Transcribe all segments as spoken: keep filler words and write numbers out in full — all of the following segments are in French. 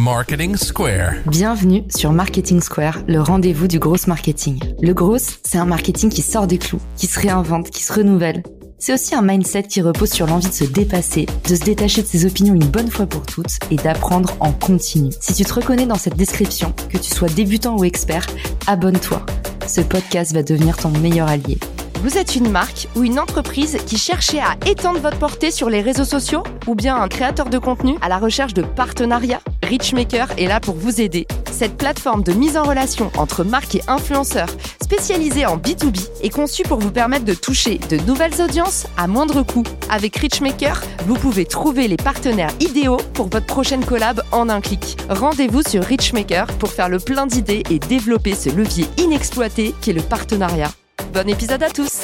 Marketing Square. Bienvenue sur Marketing Square, le rendez-vous du gros marketing. Le gros, c'est un marketing qui sort des clous, qui se réinvente, qui se renouvelle. C'est aussi un mindset qui repose sur l'envie de se dépasser, de se détacher de ses opinions une bonne fois pour toutes et d'apprendre en continu. Si tu te reconnais dans cette description, que tu sois débutant ou expert, abonne-toi. Ce podcast va devenir ton meilleur allié. Vous êtes une marque ou une entreprise qui cherchez à étendre votre portée sur les réseaux sociaux ou bien un créateur de contenu à la recherche de partenariats? Richmaker est là pour vous aider. Cette plateforme de mise en relation entre marques et influenceurs spécialisée en B deux B est conçue pour vous permettre de toucher de nouvelles audiences à moindre coût. Avec Richmaker, vous pouvez trouver les partenaires idéaux pour votre prochaine collab en un clic. Rendez-vous sur Richmaker pour faire le plein d'idées et développer ce levier inexploité qu'est le partenariat. Bon épisode à tous!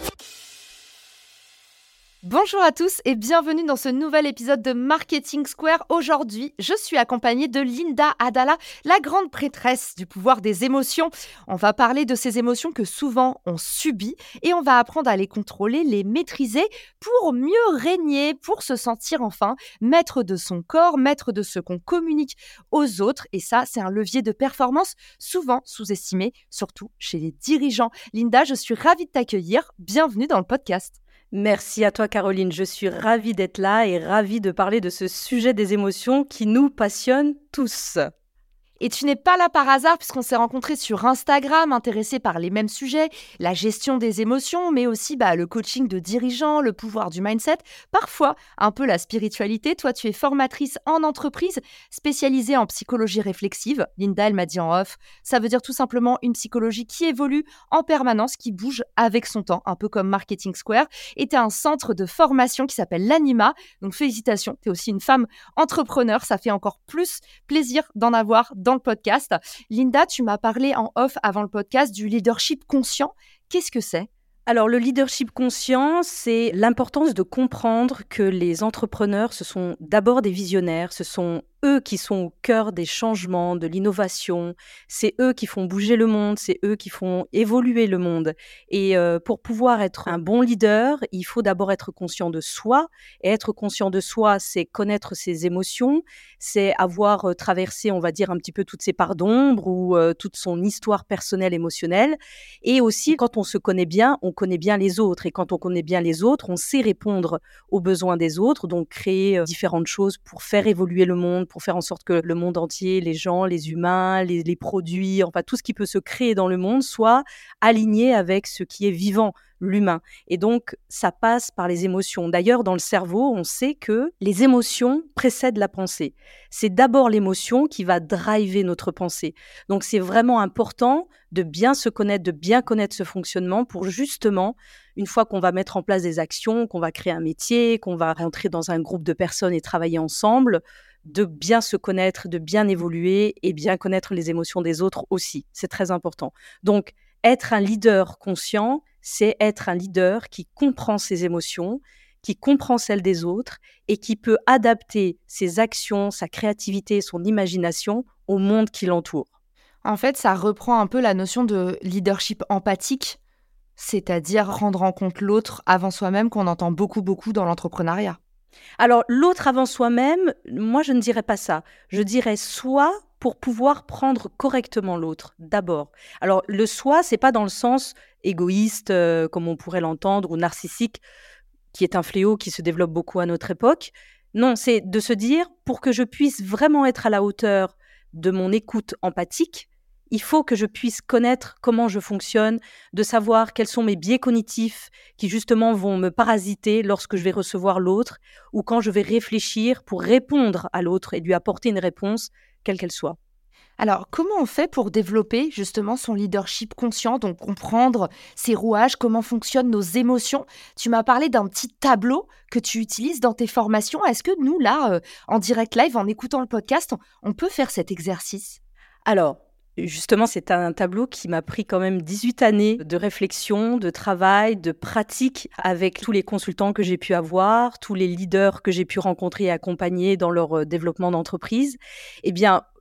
Bonjour à tous et bienvenue dans ce nouvel épisode de Marketing Square. Aujourd'hui, je suis accompagnée de Linda Adala, la grande prêtresse du pouvoir des émotions. On va parler de ces émotions que souvent on subit et on va apprendre à les contrôler, les maîtriser pour mieux régner, pour se sentir enfin maître de son corps, maître de ce qu'on communique aux autres. Et ça, c'est un levier de performance souvent sous-estimé, surtout chez les dirigeants. Linda, je suis ravie de t'accueillir. Bienvenue dans le podcast. Merci à toi Caroline, je suis ravie d'être là et ravie de parler de ce sujet des émotions qui nous passionne tous. Et tu n'es pas là par hasard puisqu'on s'est rencontrés sur Instagram, intéressés par les mêmes sujets, la gestion des émotions, mais aussi bah, le coaching de dirigeants, le pouvoir du mindset, parfois un peu la spiritualité. Toi, tu es formatrice en entreprise, spécialisée en psychologie réflexive. Linda, elle m'a dit en off, ça veut dire tout simplement une psychologie qui évolue en permanence, qui bouge avec son temps, un peu comme Marketing Square. Et tu as un centre de formation qui s'appelle l'Anima. Donc félicitations, tu es aussi une femme entrepreneur, ça fait encore plus plaisir d'en avoir dans le podcast. Linda, tu m'as parlé en off avant le podcast du leadership conscient. Qu'est-ce que c'est ? Alors, le leadership conscient, c'est l'importance de comprendre que les entrepreneurs, ce sont d'abord des visionnaires, ce sont eux qui sont au cœur des changements, de l'innovation, c'est eux qui font bouger le monde, c'est eux qui font évoluer le monde. Et euh, pour pouvoir être un bon leader, il faut d'abord être conscient de soi. Et être conscient de soi, c'est connaître ses émotions, c'est avoir euh, traversé, on va dire, un petit peu toutes ses parts d'ombre ou euh, toute son histoire personnelle, émotionnelle. Et aussi, quand on se connaît bien, on connaît bien les autres. Et quand on connaît bien les autres, on sait répondre aux besoins des autres, donc créer euh, différentes choses pour faire évoluer le monde, pour faire en sorte que le monde entier, les gens, les humains, les, les produits, enfin tout ce qui peut se créer dans le monde soit aligné avec ce qui est vivant, l'humain. Et donc, ça passe par les émotions. D'ailleurs, dans le cerveau, on sait que les émotions précèdent la pensée. C'est d'abord l'émotion qui va driver notre pensée. Donc, c'est vraiment important de bien se connaître, de bien connaître ce fonctionnement pour justement, une fois qu'on va mettre en place des actions, qu'on va créer un métier, qu'on va rentrer dans un groupe de personnes et travailler ensemble, de bien se connaître, de bien évoluer et bien connaître les émotions des autres aussi. C'est très important. Donc, être un leader conscient, c'est être un leader qui comprend ses émotions, qui comprend celles des autres et qui peut adapter ses actions, sa créativité, son imagination au monde qui l'entoure. En fait, ça reprend un peu la notion de leadership empathique, c'est-à-dire prendre en compte l'autre avant soi-même qu'on entend beaucoup, beaucoup dans l'entrepreneuriat. Alors, l'autre avant soi-même, moi, je ne dirais pas ça. Je dirais soi pour pouvoir prendre correctement l'autre, d'abord. Alors, le soi, c'est pas dans le sens égoïste, euh, comme on pourrait l'entendre, ou narcissique, qui est un fléau qui se développe beaucoup à notre époque. Non, c'est de se dire, pour que je puisse vraiment être à la hauteur de mon écoute empathique, il faut que je puisse connaître comment je fonctionne, de savoir quels sont mes biais cognitifs qui justement vont me parasiter lorsque je vais recevoir l'autre ou quand je vais réfléchir pour répondre à l'autre et lui apporter une réponse, quelle qu'elle soit. Alors, comment on fait pour développer justement son leadership conscient, donc comprendre ses rouages, comment fonctionnent nos émotions ? Tu m'as parlé d'un petit tableau que tu utilises dans tes formations. Est-ce que nous, là, euh, en direct live, en écoutant le podcast, on, on peut faire cet exercice ? Alors, justement, c'est un tableau qui m'a pris quand même dix-huit années de réflexion, de travail, de pratique avec tous les consultants que j'ai pu avoir, tous les leaders que j'ai pu rencontrer et accompagner dans leur développement d'entreprise. Eh bien,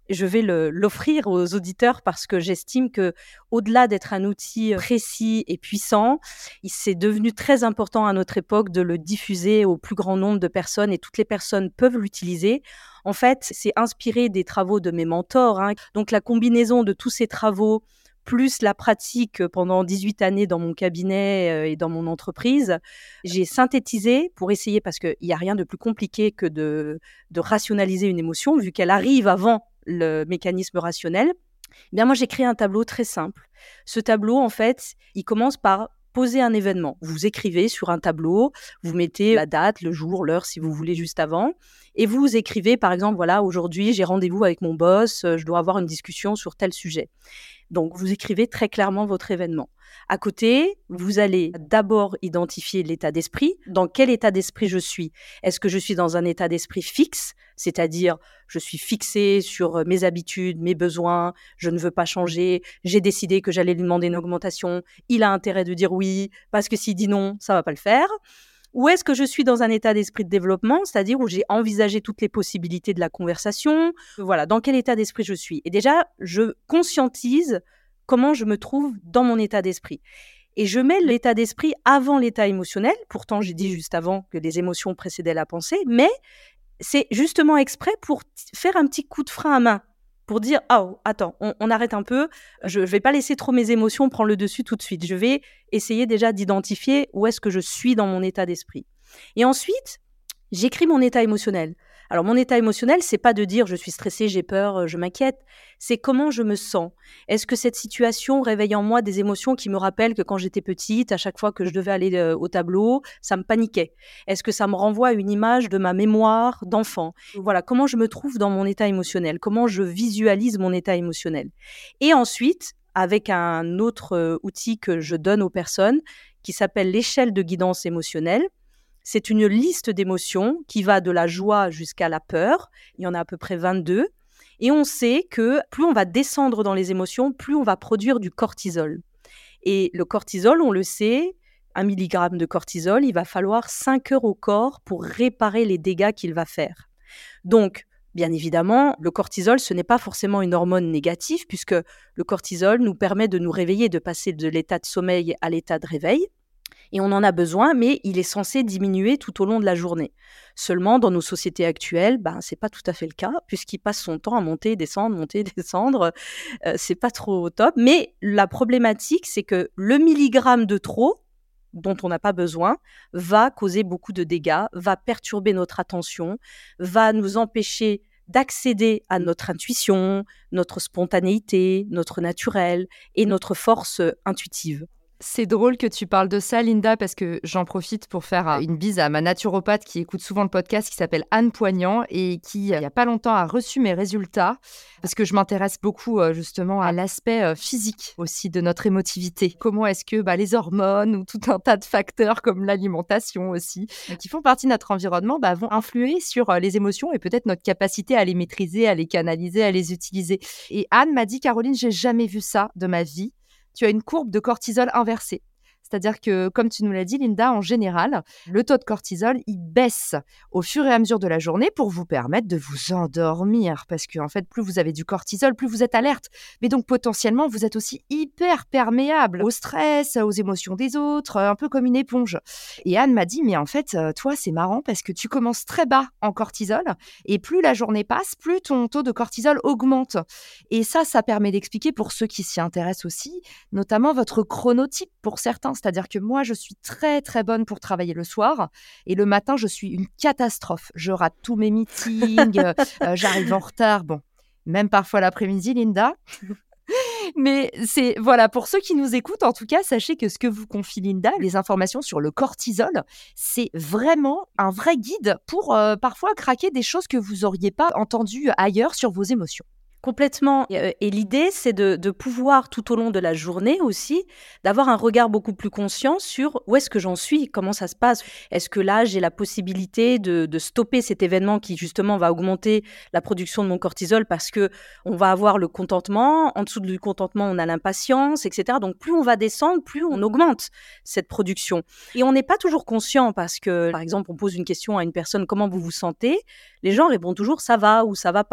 je vais le, l'offrir aux auditeurs parce que j'estime que, au-delà d'être un outil précis et puissant, il c'est devenu très important à notre époque de le diffuser au plus grand nombre de personnes et toutes les personnes peuvent l'utiliser. En fait, c'est inspiré des travaux de mes mentors, hein. Donc, la combinaison de tous ces travaux plus la pratique pendant dix-huit années dans mon cabinet et dans mon entreprise, j'ai synthétisé pour essayer, parce qu'il n'y a rien de plus compliqué que de, de rationaliser une émotion, vu qu'elle arrive avant le mécanisme rationnel. Eh bien, moi, j'ai créé un tableau très simple. Ce tableau, en fait, il commence par poser un événement. Vous écrivez sur un tableau, vous mettez la date, le jour, l'heure, si vous voulez, juste avant, et vous écrivez, par exemple, voilà, aujourd'hui, j'ai rendez-vous avec mon boss, je dois avoir une discussion sur tel sujet. Donc, vous écrivez très clairement votre événement. À côté, vous allez d'abord identifier l'état d'esprit. Dans quel état d'esprit je suis ? Est-ce que je suis dans un état d'esprit fixe, c'est-à-dire je suis fixée sur mes habitudes, mes besoins, je ne veux pas changer, j'ai décidé que j'allais lui demander une augmentation, il a intérêt de dire oui, parce que s'il dit non, ça ne va pas le faire. Ou est-ce que je suis dans un état d'esprit de développement, c'est-à-dire où j'ai envisagé toutes les possibilités de la conversation ? Voilà, dans quel état d'esprit je suis ? Et déjà, je conscientise comment je me trouve dans mon état d'esprit. Et je mets l'état d'esprit avant l'état émotionnel. Pourtant, j'ai dit juste avant que les émotions précédaient la pensée, mais c'est justement exprès pour t- faire un petit coup de frein à main, pour dire « Oh, attends, on, on arrête un peu, je ne vais pas laisser trop mes émotions prendre le dessus tout de suite. Je vais essayer déjà d'identifier où est-ce que je suis dans mon état d'esprit. » Et ensuite, j'écris mon état émotionnel. Alors, mon état émotionnel, c'est pas de dire « je suis stressée, j'ai peur, je m'inquiète ». C'est comment je me sens. Est-ce que cette situation réveille en moi des émotions qui me rappellent que quand j'étais petite, à chaque fois que je devais aller euh, au tableau, ça me paniquait? Est-ce que ça me renvoie à une image de ma mémoire d'enfant? Voilà, comment je me trouve dans mon état émotionnel? Comment je visualise mon état émotionnel? Et ensuite, avec un autre euh, outil que je donne aux personnes, qui s'appelle l'échelle de guidance émotionnelle. C'est une liste d'émotions qui va de la joie jusqu'à la peur. Il y en a à peu près vingt-deux. Et on sait que plus on va descendre dans les émotions, plus on va produire du cortisol. Et le cortisol, on le sait, un milligramme de cortisol, il va falloir cinq heures au corps pour réparer les dégâts qu'il va faire. Donc, bien évidemment, le cortisol, ce n'est pas forcément une hormone négative, puisque le cortisol nous permet de nous réveiller, de passer de l'état de sommeil à l'état de réveil. Et on en a besoin, mais il est censé diminuer tout au long de la journée. Seulement, dans nos sociétés actuelles, ben, ce n'est pas tout à fait le cas, puisqu'il passe son temps à monter, descendre, monter, descendre. Euh, ce n'est pas trop top. Mais la problématique, c'est que le milligramme de trop, dont on n'a pas besoin, va causer beaucoup de dégâts, va perturber notre attention, va nous empêcher d'accéder à notre intuition, notre spontanéité, notre naturel et notre force intuitive. C'est drôle que tu parles de ça, Linda, parce que j'en profite pour faire une bise à ma naturopathe qui écoute souvent le podcast, qui s'appelle Anne Poignant et qui, il n'y a pas longtemps, a reçu mes résultats, parce que je m'intéresse beaucoup justement à l'aspect physique aussi de notre émotivité. Comment est-ce que bah, les hormones ou tout un tas de facteurs comme l'alimentation aussi, qui font partie de notre environnement, bah, vont influer sur les émotions et peut-être notre capacité à les maîtriser, à les canaliser, à les utiliser. Et Anne m'a dit, Caroline, j'ai jamais vu ça de ma vie. Tu as une courbe de cortisol inversée. C'est-à-dire que, comme tu nous l'as dit, Linda, en général, le taux de cortisol, il baisse au fur et à mesure de la journée pour vous permettre de vous endormir. Parce qu'en fait, plus vous avez du cortisol, plus vous êtes alerte. Mais donc, potentiellement, vous êtes aussi hyper perméable au stress, aux émotions des autres, un peu comme une éponge. Et Anne m'a dit, mais en fait, toi, c'est marrant parce que tu commences très bas en cortisol et plus la journée passe, plus ton taux de cortisol augmente. Et ça, ça permet d'expliquer pour ceux qui s'y intéressent aussi, notamment votre chronotype pour certains. C'est-à-dire que moi, je suis très, très bonne pour travailler le soir. Et le matin, je suis une catastrophe. Je rate tous mes meetings, euh, euh, j'arrive en retard. Bon, même parfois l'après-midi, Linda. Mais c'est, voilà, pour ceux qui nous écoutent, en tout cas, sachez que ce que vous confie Linda, les informations sur le cortisol, c'est vraiment un vrai guide pour euh, parfois craquer des choses que vous n'auriez pas entendues ailleurs sur vos émotions. Complètement. Et, et l'idée, c'est de, de pouvoir, tout au long de la journée aussi, d'avoir un regard beaucoup plus conscient sur où est-ce que j'en suis, comment ça se passe. Est-ce que là, j'ai la possibilité de, de stopper cet événement qui, justement, va augmenter la production de mon cortisol parce que on va avoir le contentement. En dessous du contentement, on a l'impatience, et cetera. Donc, plus on va descendre, plus on augmente cette production. Et on n'est pas toujours conscient parce que, par exemple, on pose une question à une personne, comment vous vous sentez? Les gens répondent toujours, ça va ou ça va pas.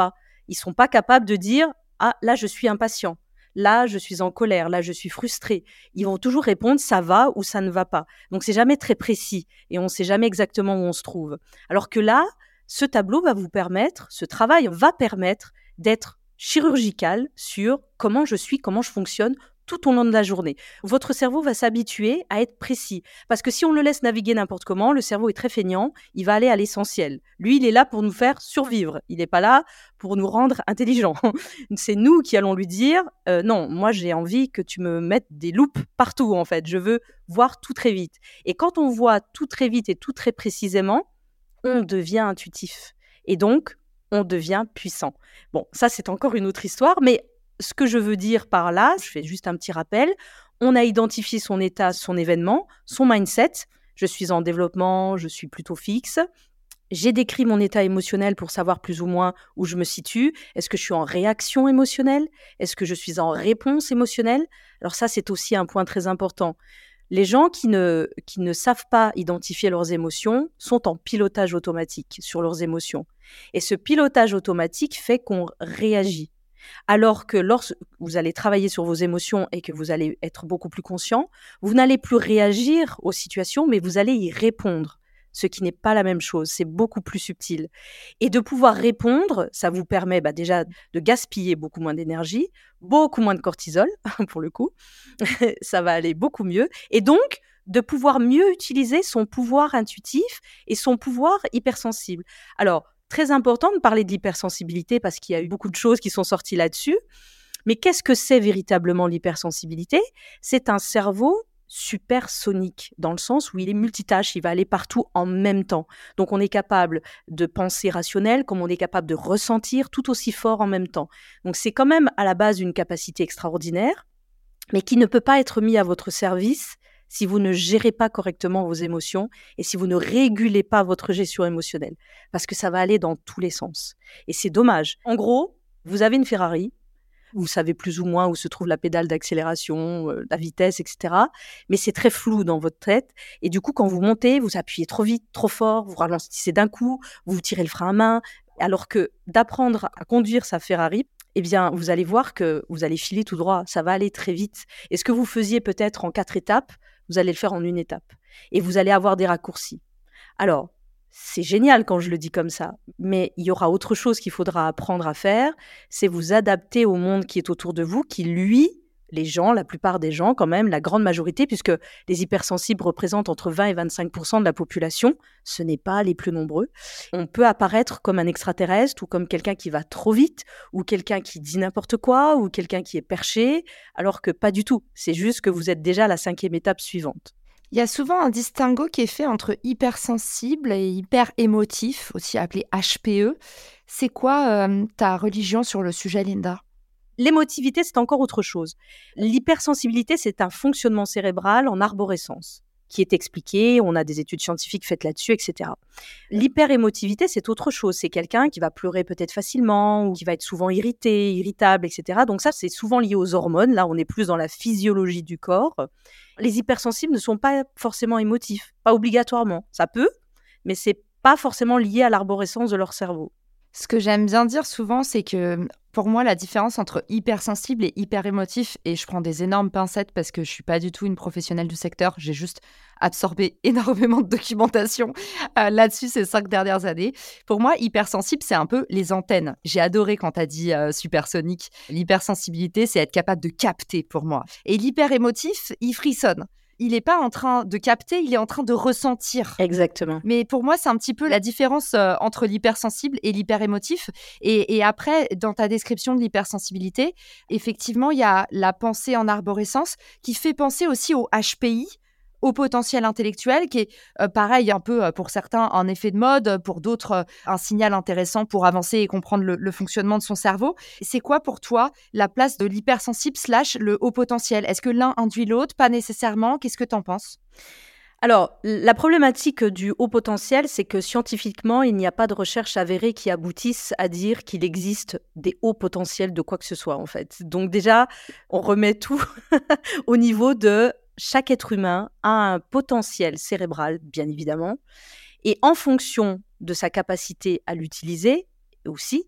Ils sont pas capables de dire « Ah, là, je suis impatient. Là, je suis en colère. Là, je suis frustré. » Ils vont toujours répondre « Ça va » ou « Ça ne va pas ». Donc, c'est jamais très précis et on ne sait jamais exactement où on se trouve. Alors que là, ce tableau va vous permettre, ce travail va permettre d'être chirurgical sur comment je suis, comment je fonctionne tout au long de la journée. Votre cerveau va s'habituer à être précis. Parce que si on le laisse naviguer n'importe comment, le cerveau est très feignant, il va aller à l'essentiel. Lui, il est là pour nous faire survivre. Il n'est pas là pour nous rendre intelligents. C'est nous qui allons lui dire euh, « Non, moi, j'ai envie que tu me mettes des loupes partout, en fait. Je veux voir tout très vite. » Et quand on voit tout très vite et tout très précisément, on devient intuitif. Et donc, on devient puissant. Bon, ça, c'est encore une autre histoire, mais ce que je veux dire par là, je fais juste un petit rappel, on a identifié son état, son événement, son mindset. Je suis en développement, je suis plutôt fixe. J'ai décrit mon état émotionnel pour savoir plus ou moins où je me situe. Est-ce que je suis en réaction émotionnelle? Est-ce que je suis en réponse émotionnelle? Alors ça, c'est aussi un point très important. Les gens qui ne, qui ne savent pas identifier leurs émotions sont en pilotage automatique sur leurs émotions. Et ce pilotage automatique fait qu'on réagit. Alors que lorsque vous allez travailler sur vos émotions et que vous allez être beaucoup plus conscient, vous n'allez plus réagir aux situations, mais vous allez y répondre, ce qui n'est pas la même chose, c'est beaucoup plus subtil. Et de pouvoir répondre, ça vous permet bah, déjà de gaspiller beaucoup moins d'énergie, beaucoup moins de cortisol, pour le coup, ça va aller beaucoup mieux, et donc de pouvoir mieux utiliser son pouvoir intuitif et son pouvoir hypersensible. Alors, très important de parler de l'hypersensibilité parce qu'il y a eu beaucoup de choses qui sont sorties là-dessus. Mais qu'est-ce que c'est véritablement l'hypersensibilité? C'est un cerveau supersonique, dans le sens où il est multitâche, il va aller partout en même temps. Donc on est capable de penser rationnel comme on est capable de ressentir tout aussi fort en même temps. Donc c'est quand même à la base une capacité extraordinaire, mais qui ne peut pas être mis à votre service si vous ne gérez pas correctement vos émotions et si vous ne régulez pas votre gestion émotionnelle, parce que ça va aller dans tous les sens. Et c'est dommage. En gros, vous avez une Ferrari, vous savez plus ou moins où se trouve la pédale d'accélération, euh, la vitesse, et cetera. Mais c'est très flou dans votre tête. Et du coup, quand vous montez, vous appuyez trop vite, trop fort, vous ralentissez d'un coup, vous tirez le frein à main. Alors que d'apprendre à conduire sa Ferrari, eh bien, vous allez voir que vous allez filer tout droit. Ça va aller très vite. Et ce que vous faisiez peut-être en quatre étapes, vous allez le faire en une étape. Et vous allez avoir des raccourcis. Alors, c'est génial quand je le dis comme ça, mais il y aura autre chose qu'il faudra apprendre à faire, c'est vous adapter au monde qui est autour de vous, qui lui, les gens, la plupart des gens quand même, la grande majorité, puisque les hypersensibles représentent entre vingt et vingt-cinq pour cent de la population, ce n'est pas les plus nombreux. On peut apparaître comme un extraterrestre ou comme quelqu'un qui va trop vite, ou quelqu'un qui dit n'importe quoi, ou quelqu'un qui est perché, alors que pas du tout. C'est juste que vous êtes déjà à la cinquième étape suivante. Il y a souvent un distinguo qui est fait entre hypersensible et hyper émotif, aussi appelé H P E. C'est quoi euh, ta religion sur le sujet, Linda? L'émotivité, c'est encore autre chose. L'hypersensibilité, c'est un fonctionnement cérébral en arborescence qui est expliqué, on a des études scientifiques faites là-dessus, et cetera. L'hyperémotivité, c'est autre chose. C'est quelqu'un qui va pleurer peut-être facilement ou qui va être souvent irrité, irritable, et cetera. Donc ça, c'est souvent lié aux hormones. Là, on est plus dans la physiologie du corps. Les hypersensibles ne sont pas forcément émotifs, pas obligatoirement. Ça peut, mais c'est pas forcément lié à l'arborescence de leur cerveau. Ce que j'aime bien dire souvent, c'est que pour moi, la différence entre hypersensible et hyper émotif, et je prends des énormes pincettes parce que je suis pas du tout une professionnelle du secteur, j'ai juste absorbé énormément de documentation euh, là-dessus ces cinq dernières années. Pour moi, hypersensible, c'est un peu les antennes. J'ai adoré quand tu as dit euh, supersonique. L'hypersensibilité, c'est être capable de capter pour moi. Et l'hyper émotif, il frissonne. Il n'est pas en train de capter, il est en train de ressentir. Exactement. Mais pour moi, c'est un petit peu la différence euh, entre l'hypersensible et l'hyperémotif. Et, et après, dans ta description de l'hypersensibilité, effectivement, il y a la pensée en arborescence qui fait penser aussi au H P I, au potentiel intellectuel, qui est euh, pareil un peu euh, pour certains un effet de mode, pour d'autres euh, un signal intéressant pour avancer et comprendre le, le fonctionnement de son cerveau. C'est quoi pour toi la place de l'hypersensible slash le haut potentiel? Est-ce que l'un induit l'autre? Pas nécessairement. Qu'est-ce que tu en penses? Alors, la problématique du haut potentiel, c'est que scientifiquement, il n'y a pas de recherche avérée qui aboutisse à dire qu'il existe des hauts potentiels de quoi que ce soit, en fait. Donc déjà, on remet tout au niveau de chaque être humain a un potentiel cérébral, bien évidemment, et en fonction de sa capacité à l'utiliser aussi,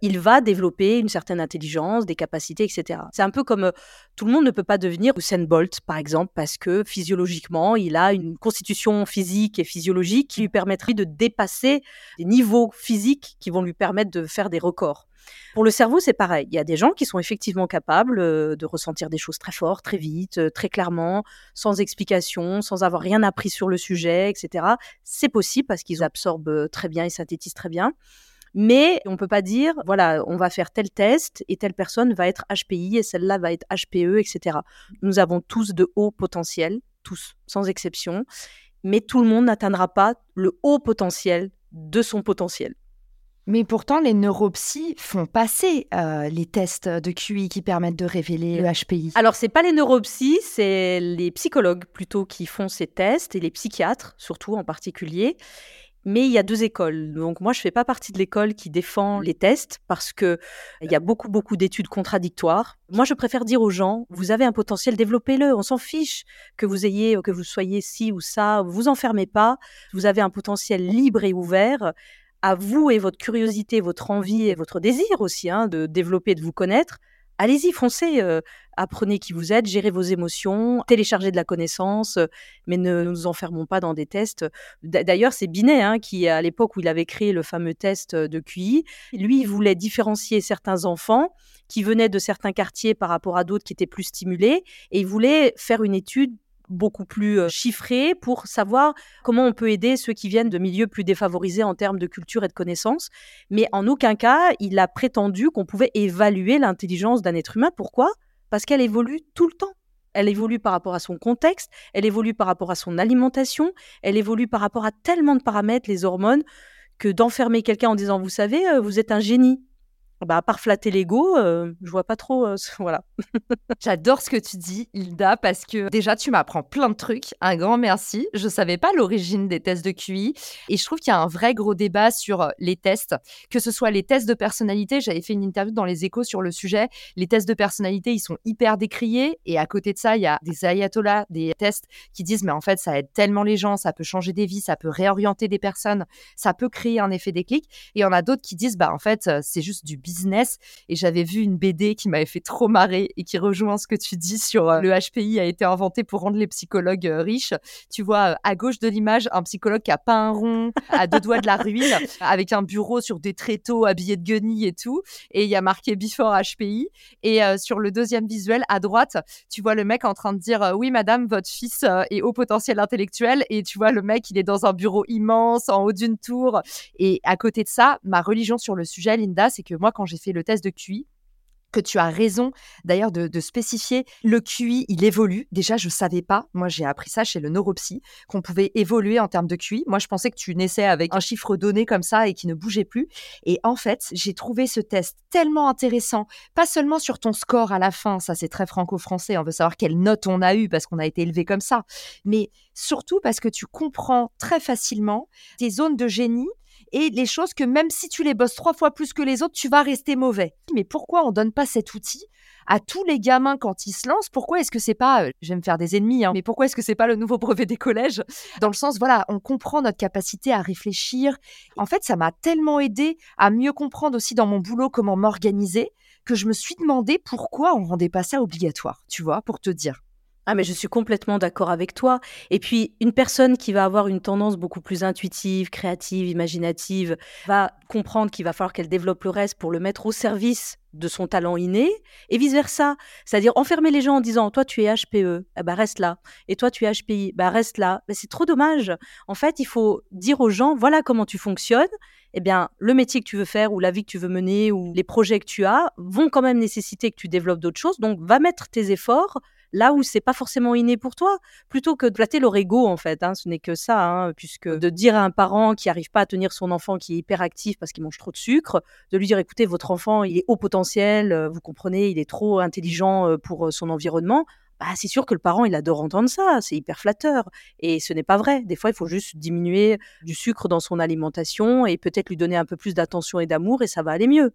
il va développer une certaine intelligence, des capacités, et cetera. C'est un peu comme euh, tout le monde ne peut pas devenir Usain Bolt, par exemple, parce que physiologiquement, il a une constitution physique et physiologique qui lui permettrait de dépasser des niveaux physiques qui vont lui permettre de faire des records. Pour le cerveau, c'est pareil. Il y a des gens qui sont effectivement capables euh, de ressentir des choses très fort, très vite, euh, très clairement, sans explication, sans avoir rien appris sur le sujet, et cetera. C'est possible parce qu'ils absorbent euh, très bien et synthétisent très bien. Mais on ne peut pas dire, voilà, on va faire tel test et telle personne va être H P I et celle-là va être H P E, et cetera. Nous avons tous de hauts potentiels, tous, sans exception, mais tout le monde n'atteindra pas le haut potentiel de son potentiel. Mais pourtant, les neuropsys font passer euh, les tests de Q I qui permettent de révéler le H P I. Alors, ce n'est pas les neuropsys, c'est les psychologues plutôt qui font ces tests et les psychiatres, surtout en particulier. Mais il y a deux écoles. Donc moi, je ne fais pas partie de l'école qui défend les tests parce qu'il y a beaucoup, beaucoup d'études contradictoires. Moi, je préfère dire aux gens, vous avez un potentiel, développez-le. On s'en fiche que vous ayez, que vous soyez ci ou ça. Vous enfermez pas. Vous avez un potentiel libre et ouvert. À vous et votre curiosité, votre envie et votre désir aussi hein, de développer, de vous connaître. Allez-y, foncez, euh, apprenez qui vous êtes, gérez vos émotions, téléchargez de la connaissance, euh, mais ne nous enfermons pas dans des tests. D- D'ailleurs, c'est Binet hein, qui, à l'époque où il avait créé le fameux test de Q I, lui, il voulait différencier certains enfants qui venaient de certains quartiers par rapport à d'autres qui étaient plus stimulés, et il voulait faire une étude beaucoup plus euh, chiffrée pour savoir comment on peut aider ceux qui viennent de milieux plus défavorisés en termes de culture et de connaissances. Mais en aucun cas, il a prétendu qu'on pouvait évaluer l'intelligence d'un être humain. Pourquoi ? Parce qu'elle évolue tout le temps. Elle évolue par rapport à son contexte, elle évolue par rapport à son alimentation, elle évolue par rapport à tellement de paramètres, les hormones, que d'enfermer quelqu'un en disant « vous savez, euh, vous êtes un génie ». Bah, à part flatter l'ego, euh, je vois pas trop. Euh, voilà. J'adore ce que tu dis, Hilda, parce que déjà, tu m'apprends plein de trucs. Un grand merci. Je savais pas l'origine des tests de Q I. Et je trouve qu'il y a un vrai gros débat sur les tests, que ce soit les tests de personnalité. J'avais fait une interview dans Les Échos sur le sujet. Les tests de personnalité, ils sont hyper décriés. Et à côté de ça, il y a des ayatollahs, des tests qui disent, mais en fait, ça aide tellement les gens, ça peut changer des vies, ça peut réorienter des personnes, ça peut créer un effet déclic. Et il y en a d'autres qui disent, bah, en fait, c'est juste du business. Et j'avais vu une B D qui m'avait fait trop marrer et qui rejoint ce que tu dis sur euh, le H P I a été inventé pour rendre les psychologues euh, riches. Tu vois, euh, à gauche de l'image, un psychologue qui a pas un rond, à deux doigts de la ruine, avec un bureau sur des tréteaux habillé de guenilles et tout. Et il y a marqué Before H P I. Et euh, sur le deuxième visuel, à droite, tu vois le mec en train de dire euh, oui, madame, votre fils euh, est haut potentiel intellectuel. Et tu vois le mec, il est dans un bureau immense, en haut d'une tour. Et à côté de ça, ma religion sur le sujet, Linda, c'est que moi, quand j'ai fait le test de Q I, que tu as raison d'ailleurs de, de spécifier, le Q I, il évolue. Déjà, je ne savais pas, moi j'ai appris ça chez le neuropsy, qu'on pouvait évoluer en termes de Q I. Moi, je pensais que tu naissais avec un chiffre donné comme ça et qui ne bougeait plus. Et en fait, j'ai trouvé ce test tellement intéressant, pas seulement sur ton score à la fin, ça c'est très franco-français, on veut savoir quelle note on a eu parce qu'on a été élevé comme ça, mais surtout parce que tu comprends très facilement tes zones de génie et les choses que même si tu les bosses trois fois plus que les autres, tu vas rester mauvais. Mais pourquoi on donne pas cet outil à tous les gamins quand ils se lancent? Pourquoi est-ce que c'est pas, euh, je vais me faire des ennemis, hein, mais pourquoi est-ce que c'est pas le nouveau brevet des collèges? Dans le sens, voilà, on comprend notre capacité à réfléchir. En fait, ça m'a tellement aidé à mieux comprendre aussi dans mon boulot comment m'organiser que je me suis demandé pourquoi on rendait pas ça obligatoire, tu vois, pour te dire. Ah, mais je suis complètement d'accord avec toi. Et puis, une personne qui va avoir une tendance beaucoup plus intuitive, créative, imaginative, va comprendre qu'il va falloir qu'elle développe le reste pour le mettre au service de son talent inné, et vice-versa. C'est-à-dire enfermer les gens en disant « toi, tu es H P E, eh ben, reste là. Et toi, tu es H P I, ben, reste là. » Ben, c'est trop dommage. En fait, il faut dire aux gens « voilà comment tu fonctionnes. » Eh bien, le métier que tu veux faire ou la vie que tu veux mener ou les projets que tu as vont quand même nécessiter que tu développes d'autres choses. Donc, va mettre tes efforts là où c'est pas forcément inné pour toi, plutôt que de flatter leur ego, en fait. Hein, ce n'est que ça, hein, puisque de dire à un parent qui n'arrive pas à tenir son enfant qui est hyperactif parce qu'il mange trop de sucre, de lui dire, écoutez, votre enfant, il est haut potentiel, euh, vous comprenez, il est trop intelligent euh, pour euh, son environnement, bah, c'est sûr que le parent, il adore entendre ça, c'est hyper flatteur. Et ce n'est pas vrai. Des fois, il faut juste diminuer du sucre dans son alimentation et peut-être lui donner un peu plus d'attention et d'amour et ça va aller mieux.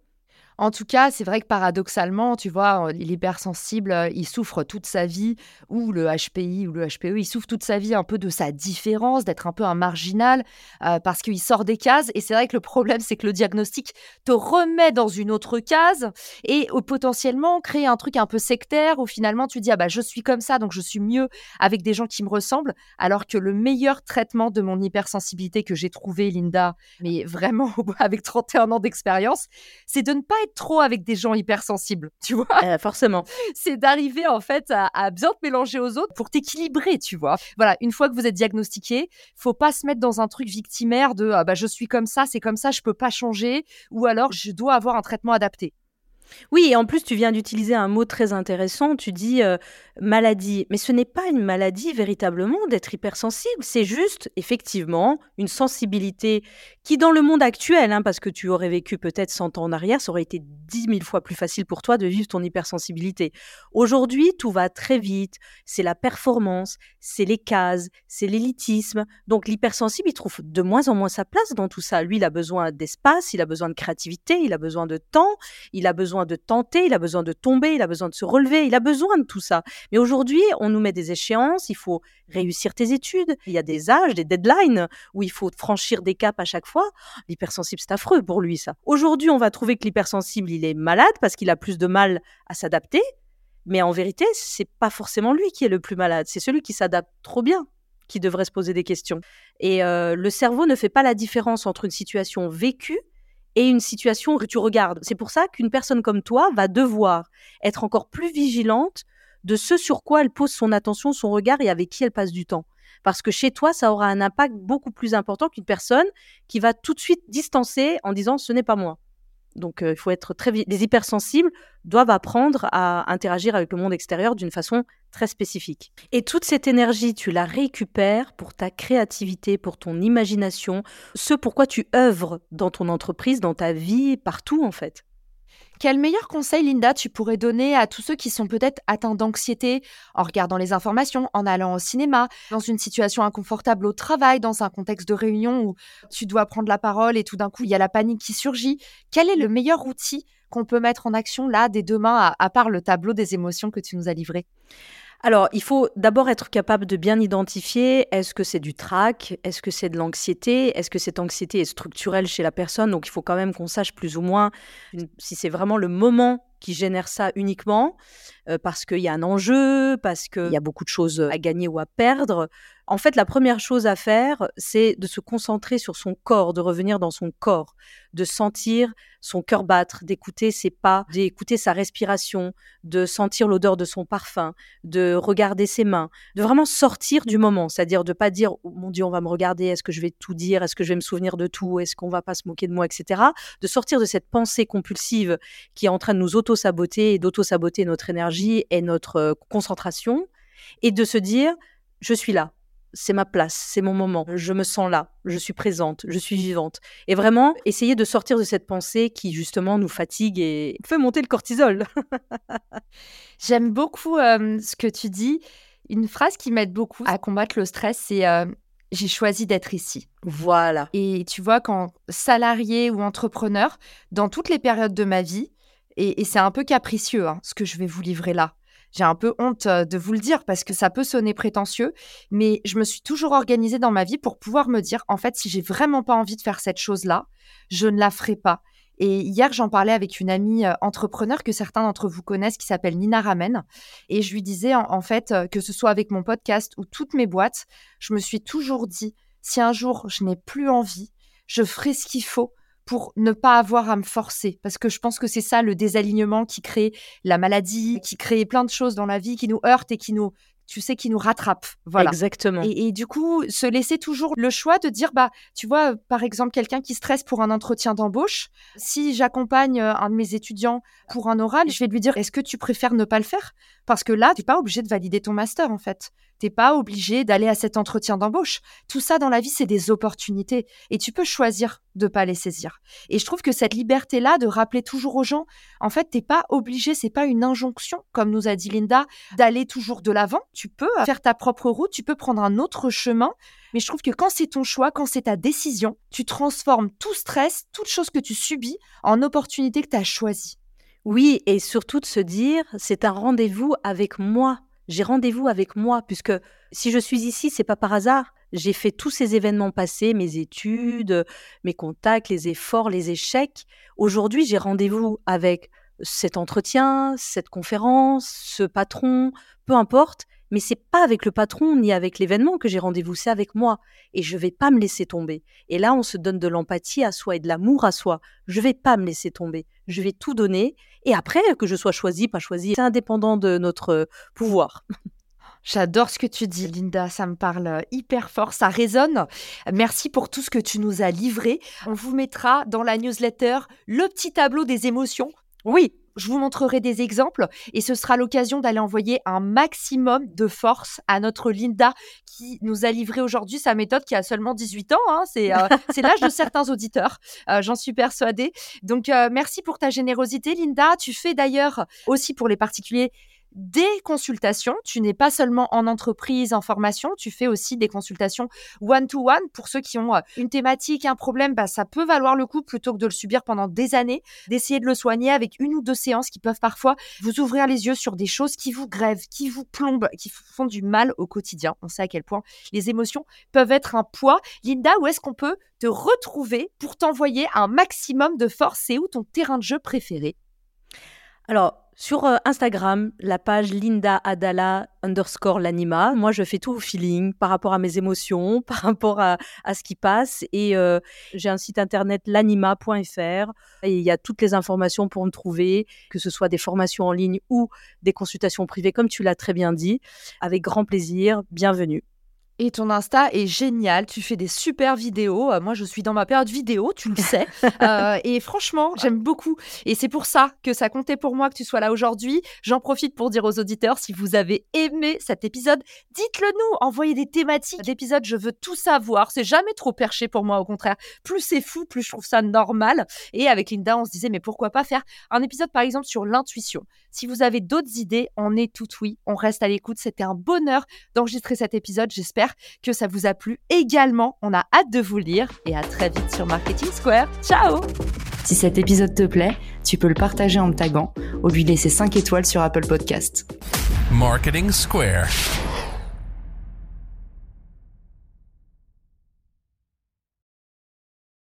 En tout cas, c'est vrai que paradoxalement, tu vois, euh, l'hypersensible, euh, il souffre toute sa vie, ou le H P I ou le H P E, il souffre toute sa vie un peu de sa différence, d'être un peu un marginal, euh, parce qu'il sort des cases. Et c'est vrai que le problème, c'est que le diagnostic te remet dans une autre case et euh, potentiellement créer un truc un peu sectaire où finalement tu dis, ah bah je suis comme ça, donc je suis mieux avec des gens qui me ressemblent, alors que le meilleur traitement de mon hypersensibilité que j'ai trouvé, Linda, mais vraiment avec trente et un ans d'expérience, c'est de ne pas être trop avec des gens hypersensibles, tu vois. Euh, forcément. C'est d'arriver en fait à, à bien te mélanger aux autres pour t'équilibrer, tu vois. Voilà, une fois que vous êtes diagnostiqué, faut pas se mettre dans un truc victimaire de ah bah je suis comme ça, c'est comme ça, je peux pas changer, ou alors je dois avoir un traitement adapté. Oui, et en plus, tu viens d'utiliser un mot très intéressant. Tu dis euh, maladie. Mais ce n'est pas une maladie véritablement d'être hypersensible. C'est juste, effectivement, une sensibilité qui, dans le monde actuel, hein, parce que tu aurais vécu peut-être cent ans en arrière, ça aurait été dix mille fois plus facile pour toi de vivre ton hypersensibilité. Aujourd'hui, tout va très vite. C'est la performance, c'est les cases, c'est l'élitisme. Donc, l'hypersensible, il trouve de moins en moins sa place dans tout ça. Lui, il a besoin d'espace, il a besoin de créativité, il a besoin de temps, il a besoin de tenter, il a besoin de tomber, il a besoin de se relever, il a besoin de tout ça. Mais aujourd'hui, on nous met des échéances, il faut réussir tes études, il y a des âges, des deadlines où il faut franchir des caps à chaque fois. L'hypersensible, c'est affreux pour lui, ça. Aujourd'hui, on va trouver que l'hypersensible, il est malade parce qu'il a plus de mal à s'adapter. Mais en vérité, c'est pas forcément lui qui est le plus malade, c'est celui qui s'adapte trop bien qui devrait se poser des questions. Et euh, le cerveau ne fait pas la différence entre une situation vécue et une situation que tu regardes. C'est pour ça qu'une personne comme toi va devoir être encore plus vigilante de ce sur quoi elle pose son attention, son regard et avec qui elle passe du temps. Parce que chez toi, ça aura un impact beaucoup plus important qu'une personne qui va tout de suite distancer en disant « ce n'est pas moi ». Donc, euh, il faut être très... Les hypersensibles doivent apprendre à interagir avec le monde extérieur d'une façon très spécifique. Et toute cette énergie, tu la récupères pour ta créativité, pour ton imagination, ce pourquoi tu œuvres dans ton entreprise, dans ta vie, partout en fait. Quel meilleur conseil, Linda, tu pourrais donner à tous ceux qui sont peut-être atteints d'anxiété en regardant les informations, en allant au cinéma, dans une situation inconfortable au travail, dans un contexte de réunion où tu dois prendre la parole et tout d'un coup, il y a la panique qui surgit. Quel est le meilleur outil qu'on peut mettre en action là, dès demain, à, à part le tableau des émotions que tu nous as livré ? Alors, il faut d'abord être capable de bien identifier, est-ce que c'est du trac, est-ce que c'est de l'anxiété, est-ce que cette anxiété est structurelle chez la personne, donc il faut quand même qu'on sache plus ou moins si c'est vraiment le moment qui génère ça uniquement, euh, parce qu'il y a un enjeu, parce qu'il y a beaucoup de choses à gagner ou à perdre. En fait, la première chose à faire, c'est de se concentrer sur son corps, de revenir dans son corps, de sentir son cœur battre, d'écouter ses pas, d'écouter sa respiration, de sentir l'odeur de son parfum, de regarder ses mains, de vraiment sortir du moment, c'est-à-dire de pas dire oh, « mon Dieu, on va me regarder, est-ce que je vais tout dire, est-ce que je vais me souvenir de tout, est-ce qu'on va pas se moquer de moi, et cetera » De sortir de cette pensée compulsive qui est en train de nous auto-saboter et d'auto-saboter notre énergie et notre euh, concentration et de se dire « je suis là ». C'est ma place, c'est mon moment, je me sens là, je suis présente, je suis vivante. Et vraiment, essayer de sortir de cette pensée qui, justement, nous fatigue et fait monter le cortisol. J'aime beaucoup euh, ce que tu dis. Une phrase qui m'aide beaucoup à combattre le stress, c'est euh, « j'ai choisi d'être ici ». Voilà. Et tu vois, quand salarié ou entrepreneur, dans toutes les périodes de ma vie, et, et c'est un peu capricieux hein, ce que je vais vous livrer là, j'ai un peu honte de vous le dire parce que ça peut sonner prétentieux, mais je me suis toujours organisée dans ma vie pour pouvoir me dire, en fait, si j'ai vraiment pas envie de faire cette chose-là, je ne la ferai pas. Et hier, j'en parlais avec une amie euh, entrepreneur que certains d'entre vous connaissent qui s'appelle Nina Ramen. Et je lui disais, en, en fait, euh, que ce soit avec mon podcast ou toutes mes boîtes, je me suis toujours dit, si un jour je n'ai plus envie, je ferai ce qu'il faut pour ne pas avoir à me forcer. Parce que je pense que c'est ça le désalignement qui crée la maladie, qui crée plein de choses dans la vie, qui nous heurte et qui nous, tu sais, qui nous rattrape. Voilà. Exactement. Et, et du coup, se laisser toujours le choix de dire, bah, tu vois, par exemple, quelqu'un qui stresse pour un entretien d'embauche, si j'accompagne un de mes étudiants pour un oral, je vais lui dire, est-ce que tu préfères ne pas le faire ? Parce que là, tu n'es pas obligé de valider ton master, en fait. T'es pas obligé d'aller à cet entretien d'embauche. Tout ça dans la vie, c'est des opportunités et tu peux choisir de pas les saisir. Et je trouve que cette liberté-là de rappeler toujours aux gens, en fait, t'es pas obligé, c'est pas une injonction, comme nous a dit Linda, d'aller toujours de l'avant. Tu peux faire ta propre route, tu peux prendre un autre chemin. Mais je trouve que quand c'est ton choix, quand c'est ta décision, tu transformes tout stress, toute chose que tu subis en opportunité que tu as choisie. Oui, et surtout de se dire, c'est un rendez-vous avec moi. J'ai rendez-vous avec moi, puisque si je suis ici, c'est pas par hasard. J'ai fait tous ces événements passés, mes études, mes contacts, les efforts, les échecs. Aujourd'hui, j'ai rendez-vous avec cet entretien, cette conférence, ce patron, peu importe. Mais c'est pas avec le patron ni avec l'événement que j'ai rendez-vous, c'est avec moi. Et je vais pas me laisser tomber. Et là, on se donne de l'empathie à soi et de l'amour à soi. Je vais pas me laisser tomber. Je vais tout donner. Et après, que je sois choisie, pas choisie, c'est indépendant de notre pouvoir. J'adore ce que tu dis, Linda. Ça me parle hyper fort. Ça résonne. Merci pour tout ce que tu nous as livré. On vous mettra dans la newsletter le petit tableau des émotions. Oui, je vous montrerai des exemples et ce sera l'occasion d'aller envoyer un maximum de force à notre Linda qui nous a livré aujourd'hui sa méthode qui a seulement dix-huit ans. Hein. C'est, euh, c'est l'âge de certains auditeurs, euh, j'en suis persuadée. Donc, euh, merci pour ta générosité, Linda. Tu fais d'ailleurs aussi pour les particuliers des consultations. Tu n'es pas seulement en entreprise, en formation, tu fais aussi des consultations one-to-one. Pour ceux qui ont une thématique, un problème, bah, ça peut valoir le coup plutôt que de le subir pendant des années, d'essayer de le soigner avec une ou deux séances qui peuvent parfois vous ouvrir les yeux sur des choses qui vous grèvent, qui vous plombent, qui font du mal au quotidien. On sait à quel point les émotions peuvent être un poids. Linda, où est-ce qu'on peut te retrouver pour t'envoyer un maximum de force? C'est où ton terrain de jeu préféré? Alors, sur euh, Instagram, la page Linda Adala underscore l'anima. Moi, je fais tout au feeling par rapport à mes émotions, par rapport à, à ce qui passe. Et euh, j'ai un site internet l'anima point f r et il y a toutes les informations pour me trouver, que ce soit des formations en ligne ou des consultations privées, comme tu l'as très bien dit. Avec grand plaisir, bienvenue. Et ton Insta est génial, tu fais des super vidéos. Euh, moi, je suis dans ma période vidéo, tu le sais. euh, et franchement, j'aime beaucoup. Et c'est pour ça que ça comptait pour moi que tu sois là aujourd'hui. J'en profite pour dire aux auditeurs, si vous avez aimé cet épisode, dites-le nous. Envoyez des thématiques d'épisodes, je veux tout savoir. C'est jamais trop perché pour moi, au contraire. Plus c'est fou, plus je trouve ça normal. Et avec Linda, on se disait, mais pourquoi pas faire un épisode, par exemple, sur l'intuition. Si vous avez d'autres idées, on est tout oui. On reste à l'écoute. C'était un bonheur d'enregistrer cet épisode. J'espère que ça vous a plu également. On a hâte de vous lire et à très vite sur Marketing Square. Ciao! Si cet épisode te plaît, tu peux le partager en me taguant ou lui laisser cinq étoiles sur Apple Podcast. Marketing Square.